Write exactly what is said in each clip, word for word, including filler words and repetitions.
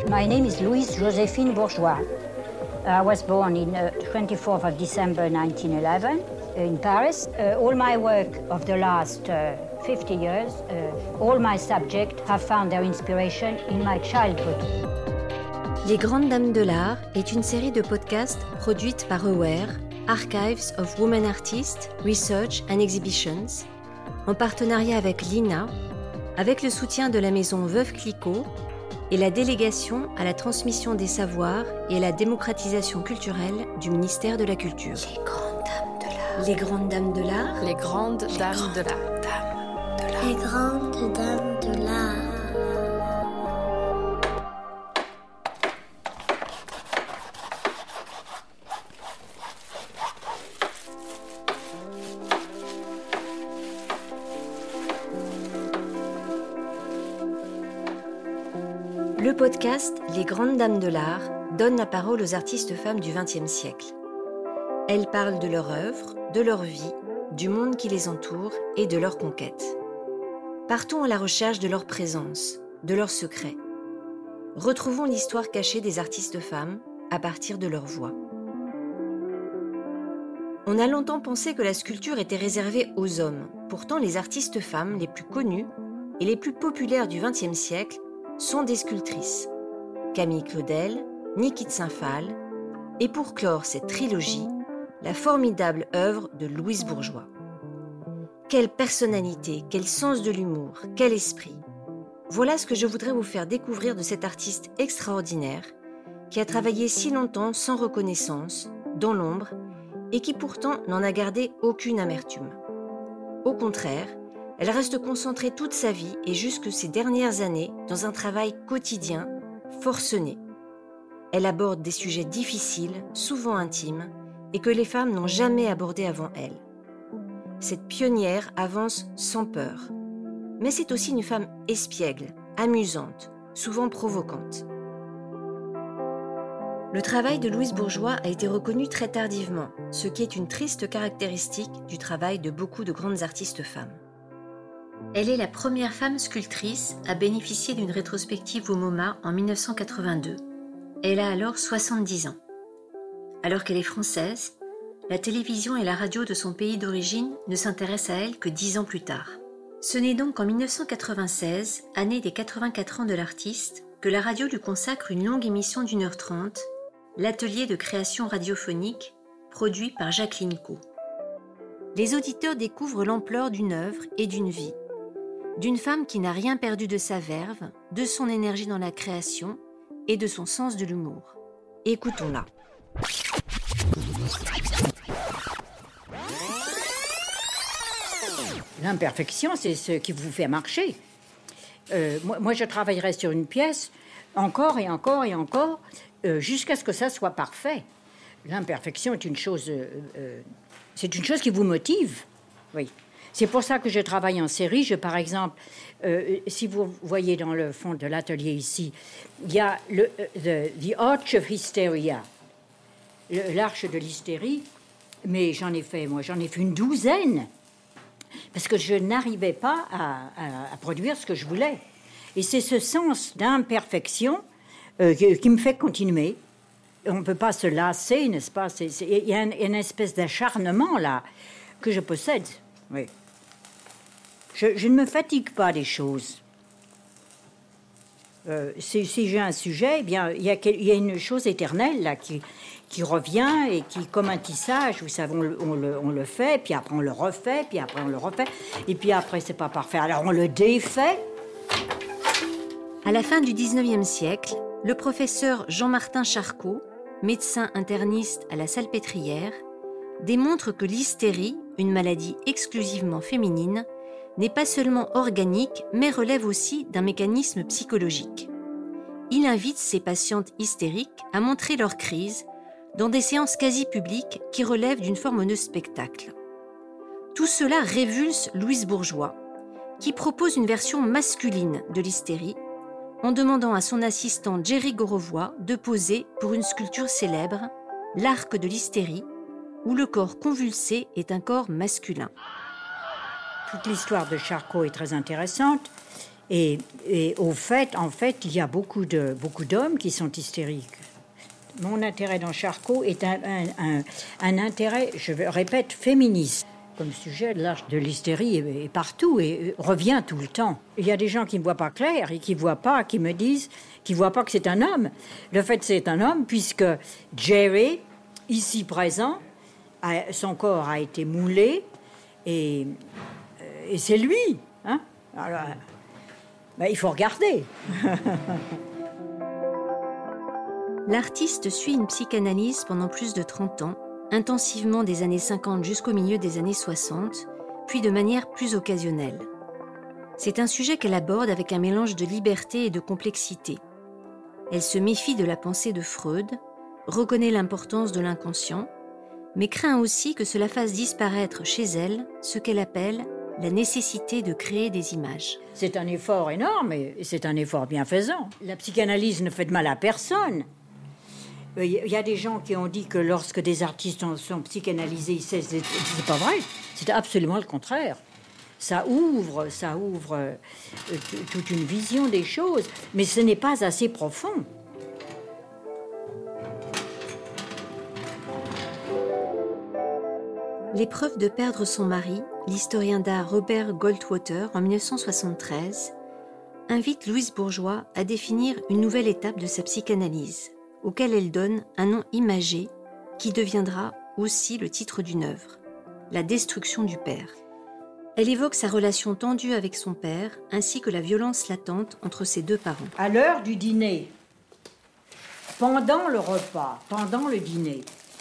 My name is Louise Joséphine Bourgeois. I was born in uh, twenty-fourth of December nineteen eleven in Paris. Uh, all my work of the last uh, fifty years, uh, all my subjects have found their inspiration in my childhood. Les Grandes Dames de l'Art est une série de podcasts produite par Aware, Archives of Women Artists, Research and Exhibitions, en partenariat avec l'I N A, avec le soutien de la maison Veuve Clicquot et la délégation à la transmission des savoirs et à la démocratisation culturelle du ministère de la Culture. Les Grandes Dames de l'Art. Les Grandes Dames de l'Art. Les Grandes Dames de l'Art. Les Grandes Dames de l'Art. Le podcast Les Grandes Dames de l'Art donne la parole aux artistes femmes du vingtième siècle. Elles parlent de leur œuvre, de leur vie, du monde qui les entoure et de leurs conquêtes. Partons à la recherche de leur présence, de leurs secrets. Retrouvons l'histoire cachée des artistes femmes à partir de leur voix. On a longtemps pensé que la sculpture était réservée aux hommes. Pourtant, les artistes femmes les plus connues et les plus populaires du vingtième siècle sont des sculptrices. Camille Claudel, Niki de Saint-Phal, et pour clore cette trilogie, la formidable œuvre de Louise Bourgeois. Quelle personnalité, quel sens de l'humour, quel esprit. Voilà ce que je voudrais vous faire découvrir de cette artiste extraordinaire qui a travaillé si longtemps sans reconnaissance, dans l'ombre, et qui pourtant n'en a gardé aucune amertume. Au contraire, elle reste concentrée toute sa vie et jusque ses dernières années dans un travail quotidien, forcené. Elle aborde des sujets difficiles, souvent intimes, et que les femmes n'ont jamais abordés avant elle. Cette pionnière avance sans peur. Mais c'est aussi une femme espiègle, amusante, souvent provocante. Le travail de Louise Bourgeois a été reconnu très tardivement, ce qui est une triste caractéristique du travail de beaucoup de grandes artistes femmes. Elle est la première femme sculptrice à bénéficier d'une rétrospective au MoMA en dix-neuf cent quatre-vingt-deux. Elle a alors soixante-dix ans. Alors qu'elle est française, la télévision et la radio de son pays d'origine ne s'intéressent à elle que dix ans plus tard. Ce n'est donc en dix-neuf cent quatre-vingt-seize, année des quatre-vingt-quatre ans de l'artiste, que la radio lui consacre une longue émission d'une heure trente, l'atelier de création radiophonique, produit par Jacqueline Co. Les auditeurs découvrent l'ampleur d'une œuvre et d'une vie, d'une femme qui n'a rien perdu de sa verve, de son énergie dans la création et de son sens de l'humour. Écoutons-la. L'imperfection, c'est ce qui vous fait marcher. Euh, moi, moi, je travaillerai sur une pièce encore et encore et encore euh, jusqu'à ce que ça soit parfait. L'imperfection est une chose, euh, euh, c'est une chose qui vous motive. Oui. C'est pour ça que je travaille en série. Je, par exemple, euh, si vous voyez dans le fond de l'atelier ici, il y a le the, the Arch of Hysteria, le, l'arche de l'hystérie. Mais j'en ai fait, moi, j'en ai fait une douzaine parce que je n'arrivais pas à, à, à produire ce que je voulais. Et c'est ce sens d'imperfection euh, qui, qui me fait continuer. On ne peut pas se lasser, n'est-ce pas? Il y a une, une espèce d'acharnement là que je possède. Oui. Je, je ne me fatigue pas des choses. Euh, si, si j'ai un sujet, eh bien, il y a, il y a une chose éternelle là qui, qui revient et qui, comme un tissage, vous savez, on le, on, le, on le fait, puis après on le refait, puis après on le refait, et puis après c'est pas parfait, alors on le défait. À la fin du dix-neuvième siècle, le professeur Jean-Martin Charcot, médecin interniste à la Salpêtrière, démontre que l'hystérie, une maladie exclusivement féminine, n'est pas seulement organique, mais relève aussi d'un mécanisme psychologique. Il invite ses patientes hystériques à montrer leur crise dans des séances quasi publiques qui relèvent d'une forme de spectacle. Tout cela révulse Louise Bourgeois, qui propose une version masculine de l'hystérie en demandant à son assistant Jerry Gorovoy de poser pour une sculpture célèbre, l'Arc de l'hystérie, où le corps convulsé est un corps masculin. Toute l'histoire de Charcot est très intéressante. Et, et au fait, en fait, il y a beaucoup, de, beaucoup d'hommes qui sont hystériques. Mon intérêt dans Charcot est un, un, un, un intérêt, je répète, féministe. Comme sujet, l'âge de l'hystérie est, est partout et revient tout le temps. Il y a des gens qui ne voient pas clair et qui ne voient pas, qui me disent, qui ne voient pas que c'est un homme. Le fait, c'est un homme, puisque Jerry, ici présent, a, son corps a été moulé et, et c'est lui. Hein? Alors, ben, il faut regarder. L'artiste suit une psychanalyse pendant plus de trente ans, intensivement des années cinquante jusqu'au milieu des années soixante, puis de manière plus occasionnelle. C'est un sujet qu'elle aborde avec un mélange de liberté et de complexité. Elle se méfie de la pensée de Freud, reconnaît l'importance de l'inconscient, mais craint aussi que cela fasse disparaître chez elle ce qu'elle appelle la nécessité de créer des images. C'est un effort énorme et c'est un effort bienfaisant. La psychanalyse ne fait de mal à personne. Il y a des gens qui ont dit que lorsque des artistes sont psychanalysés, c'est, c'est, c'est pas vrai. C'est absolument le contraire. Ça ouvre, ça ouvre euh, t- toute une vision des choses, mais ce n'est pas assez profond. L'épreuve de perdre son mari, l'historien d'art Robert Goldwater, en dix-neuf cent soixante-treize, invite Louise Bourgeois à définir une nouvelle étape de sa psychanalyse, auquel elle donne un nom imagé qui deviendra aussi le titre d'une œuvre, La destruction du père. Elle évoque sa relation tendue avec son père, ainsi que la violence latente entre ses deux parents. À l'heure du dîner, pendant le repas, pendant le dîner,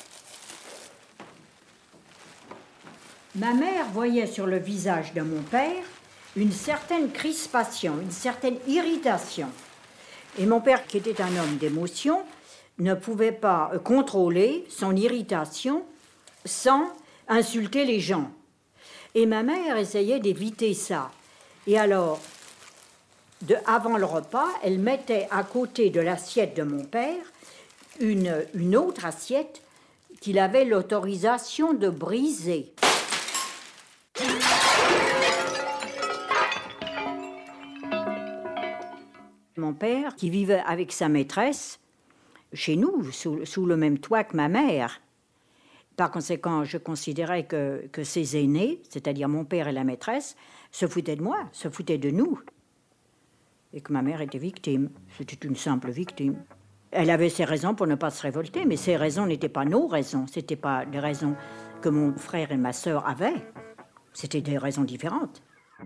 ma mère voyait sur le visage de mon père une certaine crispation, une certaine irritation. Et mon père, qui était un homme d'émotion, ne pouvait pas contrôler son irritation sans insulter les gens. Et ma mère essayait d'éviter ça. Et alors, de, avant le repas, elle mettait à côté de l'assiette de mon père une, une autre assiette qu'il avait l'autorisation de briser. Mon père, qui vivait avec sa maîtresse, chez nous, sous, sous le même toit que ma mère. Par conséquent, je considérais que, que ses aînés, c'est-à-dire mon père et la maîtresse, se foutaient de moi, se foutaient de nous. Et que ma mère était victime. C'était une simple victime. Elle avait ses raisons pour ne pas se révolter, mais ces raisons n'étaient pas nos raisons. Ce n'étaient pas les raisons que mon frère et ma sœur avaient. C'était des raisons différentes.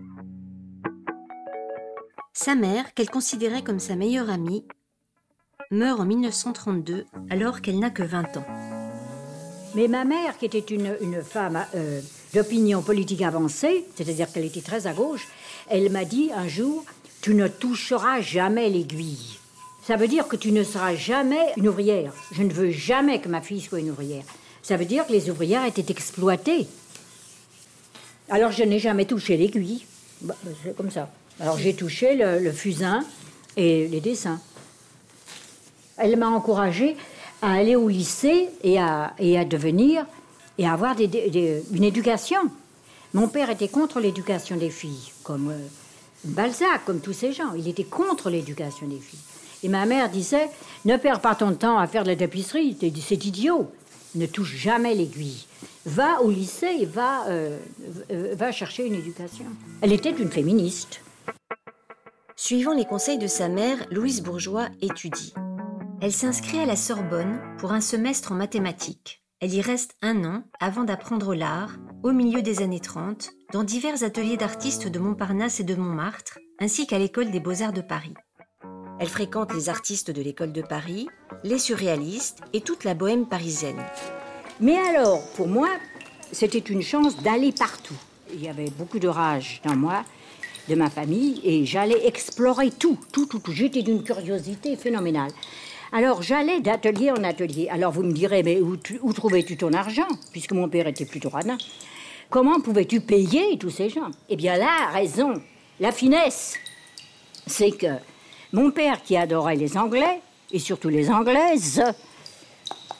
Sa mère, qu'elle considérait comme sa meilleure amie, meurt en dix-neuf cent trente-deux, alors qu'elle n'a que vingt ans. Mais ma mère, qui était une, une femme euh, d'opinion politique avancée, c'est-à-dire qu'elle était très à gauche, elle m'a dit un jour, « Tu ne toucheras jamais l'aiguille. Ça veut dire que tu ne seras jamais une ouvrière. Je ne veux jamais que ma fille soit une ouvrière. Ça veut dire que les ouvrières étaient exploitées. Alors je n'ai jamais touché l'aiguille. Bah, c'est comme ça. Alors j'ai touché le, le fusain et les dessins. Elle m'a encouragée à aller au lycée et à, et à devenir et à avoir des, des, une éducation. Mon père était contre l'éducation des filles, comme euh, Balzac, comme tous ces gens. Il était contre l'éducation des filles. Et ma mère disait, ne perds pas ton temps à faire de la tapisserie, c'est idiot. Ne touche jamais l'aiguille. Va au lycée et va, euh, va chercher une éducation. Elle était une féministe. Suivant les conseils de sa mère, Louise Bourgeois étudie. Elle s'inscrit à la Sorbonne pour un semestre en mathématiques. Elle y reste un an avant d'apprendre l'art, au milieu des années trente, dans divers ateliers d'artistes de Montparnasse et de Montmartre, ainsi qu'à l'École des Beaux-Arts de Paris. Elle fréquente les artistes de l'École de Paris, les surréalistes et toute la bohème parisienne. Mais alors, pour moi, c'était une chance d'aller partout. Il y avait beaucoup de rage dans moi, de ma famille, et j'allais explorer tout, tout, tout, tout. J'étais d'une curiosité phénoménale. Alors, j'allais d'atelier en atelier. Alors, vous me direz, mais où, où trouvais-tu ton argent? Puisque mon père était plutôt radin. Comment pouvais-tu payer tous ces gens? Eh bien, la raison, la finesse, c'est que mon père, qui adorait les Anglais, et surtout les Anglaises,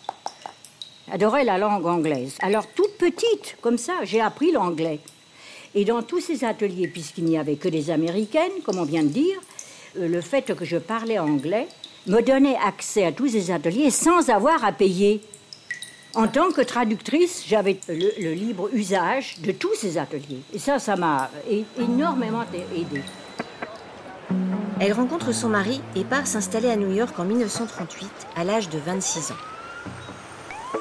adorait la langue anglaise. Alors, toute petite, comme ça, j'ai appris l'anglais. Et dans tous ces ateliers, puisqu'il n'y avait que des Américaines, comme on vient de dire, euh, le fait que je parlais anglais me donnait accès à tous ces ateliers sans avoir à payer. En tant que traductrice, j'avais le, le libre usage de tous ces ateliers. Et ça, ça m'a é- énormément aidée. Elle rencontre son mari et part s'installer à New York en dix-neuf cent trente-huit, à l'âge de vingt-six ans.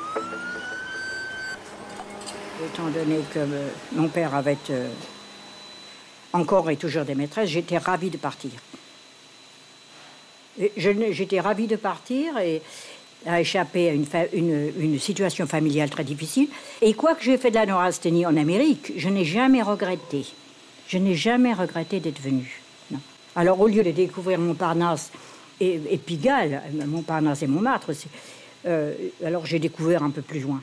Étant donné que euh, mon père avait euh, encore et toujours des maîtresses, j'étais ravie de partir. Et je, j'étais ravie de partir et à échapper à une, fa- une, une situation familiale très difficile. Et quoi que j'ai fait de la neurasthénie en Amérique, je n'ai jamais regretté. Je n'ai jamais regretté d'être venue. Non. Alors, au lieu de découvrir Montparnasse et, et Pigalle, Montparnasse et Montmartre, c'est, euh, alors j'ai découvert un peu plus loin.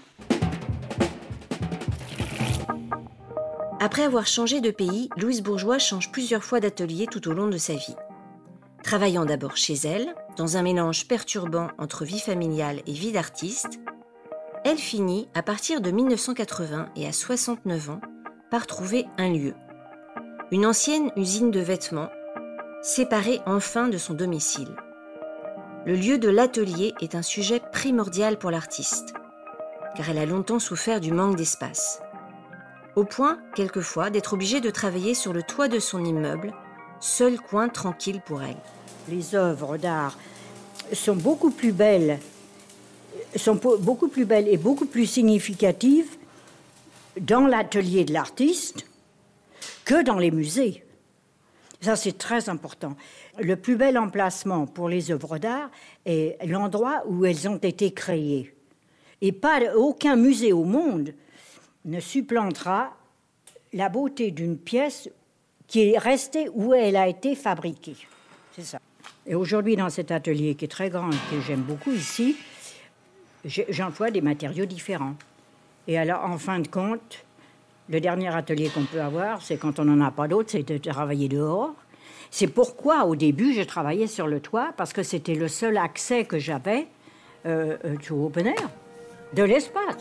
Après avoir changé de pays, Louise Bourgeois change plusieurs fois d'atelier tout au long de sa vie. Travaillant d'abord chez elle, dans un mélange perturbant entre vie familiale et vie d'artiste, elle finit, à partir de dix-neuf cent quatre-vingts et à soixante-neuf ans, par trouver un lieu. Une ancienne usine de vêtements, séparée enfin de son domicile. Le lieu de l'atelier est un sujet primordial pour l'artiste, car elle a longtemps souffert du manque d'espace. Au point, quelquefois, d'être obligée de travailler sur le toit de son immeuble, seul coin tranquille pour elle. Les œuvres d'art sont beaucoup plus belles, sont beaucoup plus belles et beaucoup plus significatives dans l'atelier de l'artiste que dans les musées. Ça, c'est très important. Le plus bel emplacement pour les œuvres d'art est l'endroit où elles ont été créées. Et pas, aucun musée au monde ne supplantera la beauté d'une pièce qui est restée où elle a été fabriquée. C'est ça. Et aujourd'hui, dans cet atelier qui est très grand et que j'aime beaucoup ici, j'emploie des matériaux différents. Et alors, en fin de compte, le dernier atelier qu'on peut avoir, c'est quand on n'en a pas d'autre, c'est de travailler dehors. C'est pourquoi, au début, je travaillais sur le toit, parce que c'était le seul accès que j'avais euh, au open air, de l'espace.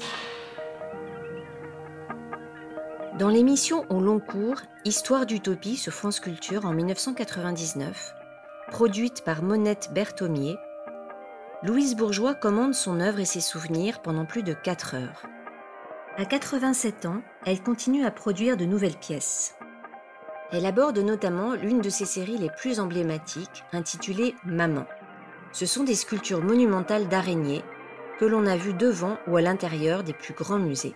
Dans l'émission au long cours « Histoire d'utopie » sur France Culture en dix-neuf cent quatre-vingt-dix-neuf, produite par Monette Berthomier, Louise Bourgeois commande son œuvre et ses souvenirs pendant plus de quatre heures. À quatre-vingt-sept ans, elle continue à produire de nouvelles pièces. Elle aborde notamment l'une de ses séries les plus emblématiques, intitulée « Maman ». Ce sont des sculptures monumentales d'araignées que l'on a vues devant ou à l'intérieur des plus grands musées.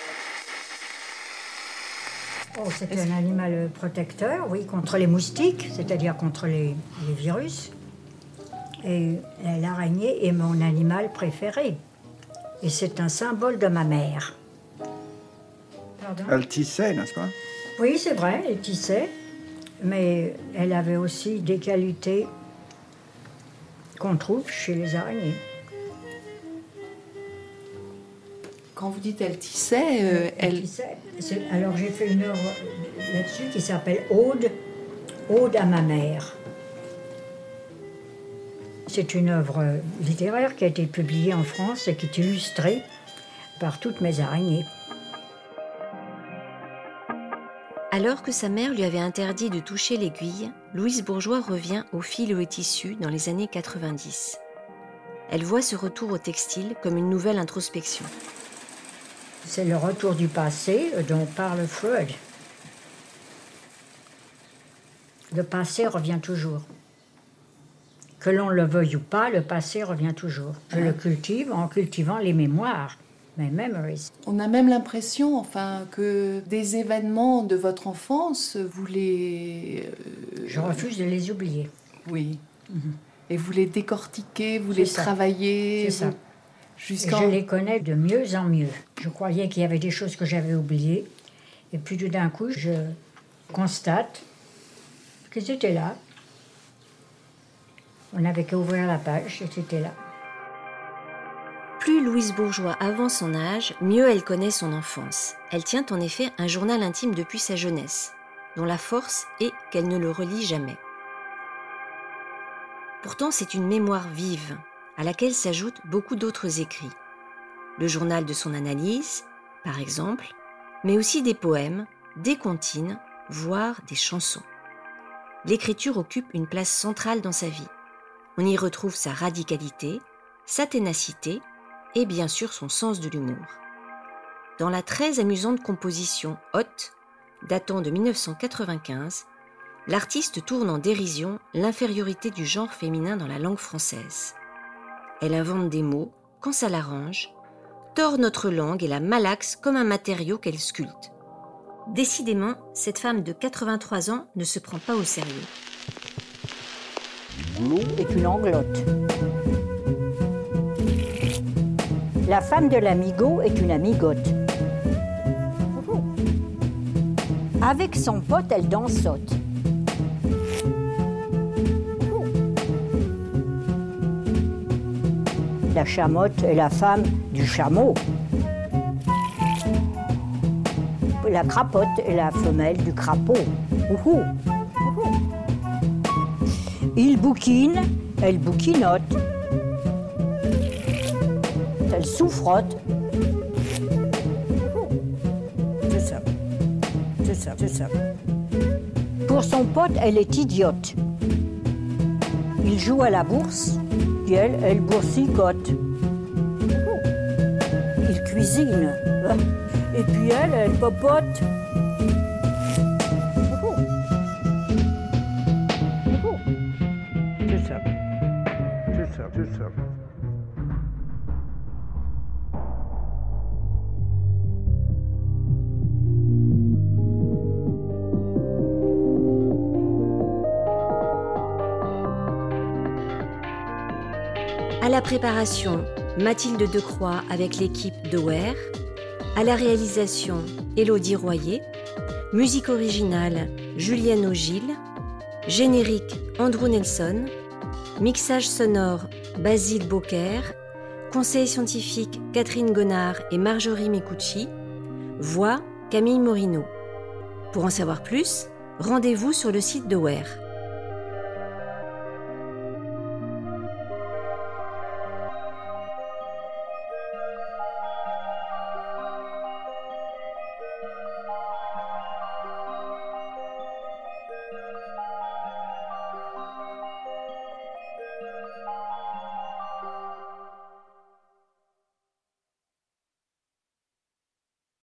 Oh, c'est un animal protecteur, oui, contre les moustiques, c'est-à-dire contre les, les virus. Et l'araignée est mon animal préféré. Et c'est un symbole de ma mère. Pardon ? Elle tissait, n'est-ce pas ? Oui, c'est vrai, elle tissait. Mais elle avait aussi des qualités qu'on trouve chez les araignées. Quand vous dites elle tissait, euh, elle... elle... tissait. Alors j'ai fait une œuvre là-dessus qui s'appelle Aude, Aude à ma mère. C'est une œuvre littéraire qui a été publiée en France et qui est illustrée par toutes mes araignées. Alors que sa mère lui avait interdit de toucher l'aiguille, Louise Bourgeois revient au fil et au tissu dans les années quatre-vingt-dix. Elle voit ce retour au textile comme une nouvelle introspection. C'est le retour du passé dont parle Freud. Le passé revient toujours. Que l'on le veuille ou pas, le passé revient toujours. Je le cultive en cultivant les mémoires, mes memories. On a même l'impression, enfin, que des événements de votre enfance, vous les... Euh, Je refuse de les oublier. Oui. Mm-hmm. Et vous les décortiquez, vous C'est les ça. travaillez. C'est vous... ça. Jusqu'en... Je les connais de mieux en mieux. Je croyais qu'il y avait des choses que j'avais oubliées. Et puis tout d'un coup, je constate que c'était là. On n'avait qu'à ouvrir la page et c'était là. Plus Louise Bourgeois avance son âge, mieux elle connaît son enfance. Elle tient en effet un journal intime depuis sa jeunesse, dont la force est qu'elle ne le relit jamais. Pourtant, c'est une mémoire vive, à laquelle s'ajoutent beaucoup d'autres écrits. Le journal de son analyse, par exemple, mais aussi des poèmes, des comptines, voire des chansons. L'écriture occupe une place centrale dans sa vie. On y retrouve sa radicalité, sa ténacité et bien sûr son sens de l'humour. Dans la très amusante composition « Hot », datant de mille neuf cent quatre-vingt-quinze, l'artiste tourne en dérision l'infériorité du genre féminin dans la langue française. Elle invente des mots, quand ça l'arrange, tord notre langue et la malaxe comme un matériau qu'elle sculpte. Décidément, cette femme de quatre-vingt-trois ans ne se prend pas au sérieux. Est une anglote. La femme de l'amigo est une amigote. Avec son pote, elle dansote. La chamotte est la femme du chameau. La crapote est la femelle du crapaud. Ouhou. Ouhou. Il bouquine, elle bouquinote. Elle souffrote. C'est ça. C'est ça, c'est ça. Pour son pote, elle est idiote. Il joue à la bourse, puis elle, elle boursicote. Il cuisine. Et puis elle, elle popote. C'est ça. C'est ça, c'est ça. À la préparation, Mathilde Decroix avec l'équipe de Ware. À la réalisation, Élodie Royer. Musique originale, Julienne Ogil. Générique, Andrew Nelson. Mixage sonore, Basile Beaucaire. Conseil scientifique, Catherine Gonard et Marjorie Micucci. Voix, Camille Morino. Pour en savoir plus, rendez-vous sur le site de Ware.